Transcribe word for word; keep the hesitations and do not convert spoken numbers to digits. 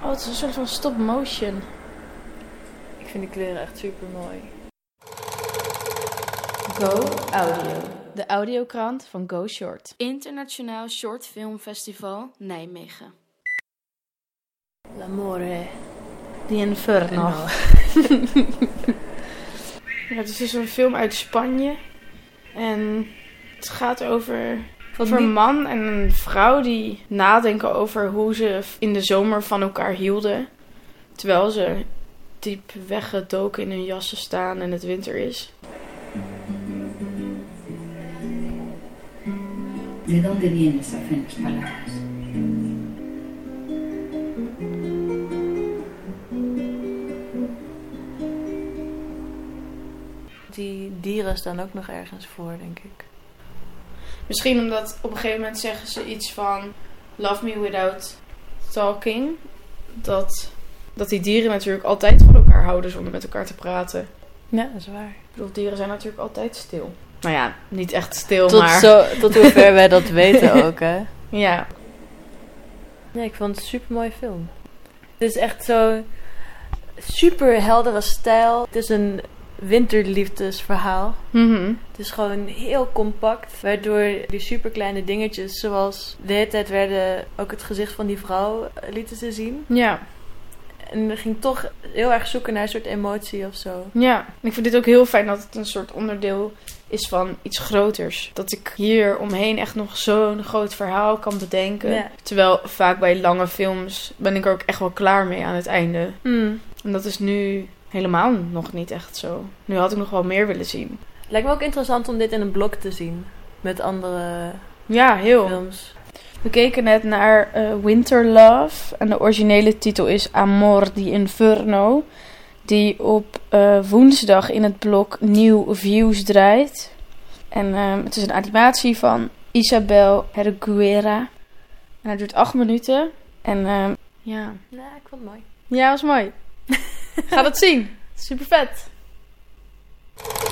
Oh, het is een soort van stop motion. Ik vind die kleren echt super mooi. Go Audio. De audiokrant van Go Short. Internationaal Short Film Festival Nijmegen. L'amore di Inferno. Ja, het is dus een film uit Spanje. En het gaat over, over een man en een vrouw die nadenken over hoe ze in de zomer van elkaar hielden. Terwijl ze diep weggedoken in hun jassen staan en het winter is. ¿De dónde vienen esas apenas palabras? Die dieren staan ook nog ergens voor, denk ik. Misschien omdat op een gegeven moment zeggen ze iets van love me without talking. Dat, dat die dieren natuurlijk altijd van elkaar houden zonder met elkaar te praten. Ja, dat is waar. Ik bedoel, dieren zijn natuurlijk altijd stil. Nou ja, niet echt stil, Tot, maar... zo, tot hoever wij dat weten ook, hè. Ja. Nee, ik vond het een super mooie film. Het is echt zo super heldere stijl. Het is een winterliefdesverhaal. Mm-hmm. Het is gewoon heel compact, waardoor die super kleine dingetjes, zoals de hele tijd werden ook het gezicht van die vrouw lieten ze zien. Ja. En er ging toch heel erg zoeken naar een soort emotie of zo. Ja. En ik vind dit ook heel fijn dat het een soort onderdeel is van iets groters. Dat ik hier omheen echt nog zo'n groot verhaal kan bedenken. Ja. Terwijl vaak bij lange films ben ik er ook echt wel klaar mee aan het einde. Mm. En dat is nu helemaal nog niet echt zo. Nu had ik nog wel meer willen zien. Lijkt me ook interessant om dit in een blok te zien. Met andere Ja, heel. films. We keken net naar uh, Winter Love. En de originele titel is Amor di Inferno. Die op uh, woensdag in het blok New Views draait. En um, het is een animatie van Isabel Herguera. En het duurt acht minuten. En um, ja. Ja, ik vond het mooi. Ja, was mooi. Ga dat zien. Super vet.